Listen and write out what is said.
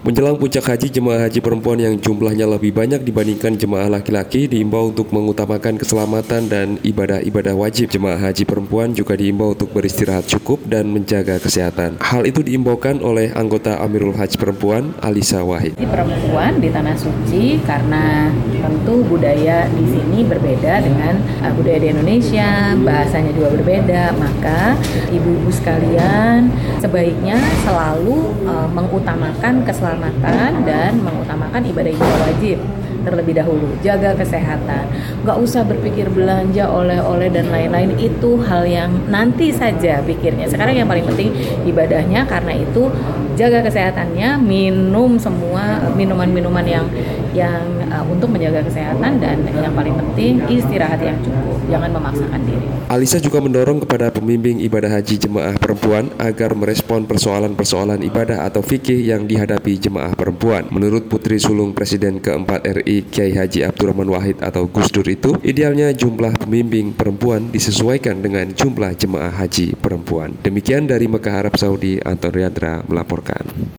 Menjelang puncak haji, jemaah haji perempuan yang jumlahnya lebih banyak dibandingkan jemaah laki-laki diimbau untuk mengutamakan keselamatan dan ibadah-ibadah wajib. Jemaah haji perempuan juga diimbau untuk beristirahat cukup dan menjaga kesehatan. Hal itu diimbaukan oleh anggota Amirul Hajj Perempuan, Alisa Wahid. Perempuan di Tanah Suci karena tentu budaya di sini berbeda dengan budaya di Indonesia, bahasanya juga berbeda, maka ibu-ibu sekalian sebaiknya selalu mengutamakan keselamatan dan mengutamakan ibadah-ibadah wajib terlebih dahulu. Jaga kesehatan, nggak usah berpikir belanja oleh-oleh dan lain-lain, itu hal yang nanti saja pikirnya. Sekarang yang paling penting ibadahnya, karena itu jaga kesehatannya, minum semua minuman-minuman yang untuk menjaga kesehatan, dan yang paling penting istirahat yang cukup, jangan memaksakan diri. Alisa juga mendorong kepada pembimbing ibadah haji jemaah perempuan agar merespon persoalan-persoalan ibadah atau fikih yang dihadapi jemaah perempuan. Menurut Putri Sulung Presiden keempat RI Kiai Haji Abdurrahman Wahid atau Gus Dur itu, idealnya jumlah pembimbing perempuan disesuaikan dengan jumlah jemaah haji perempuan. Demikian dari Mekah, Arab Saudi, Anton Riandra melaporkan.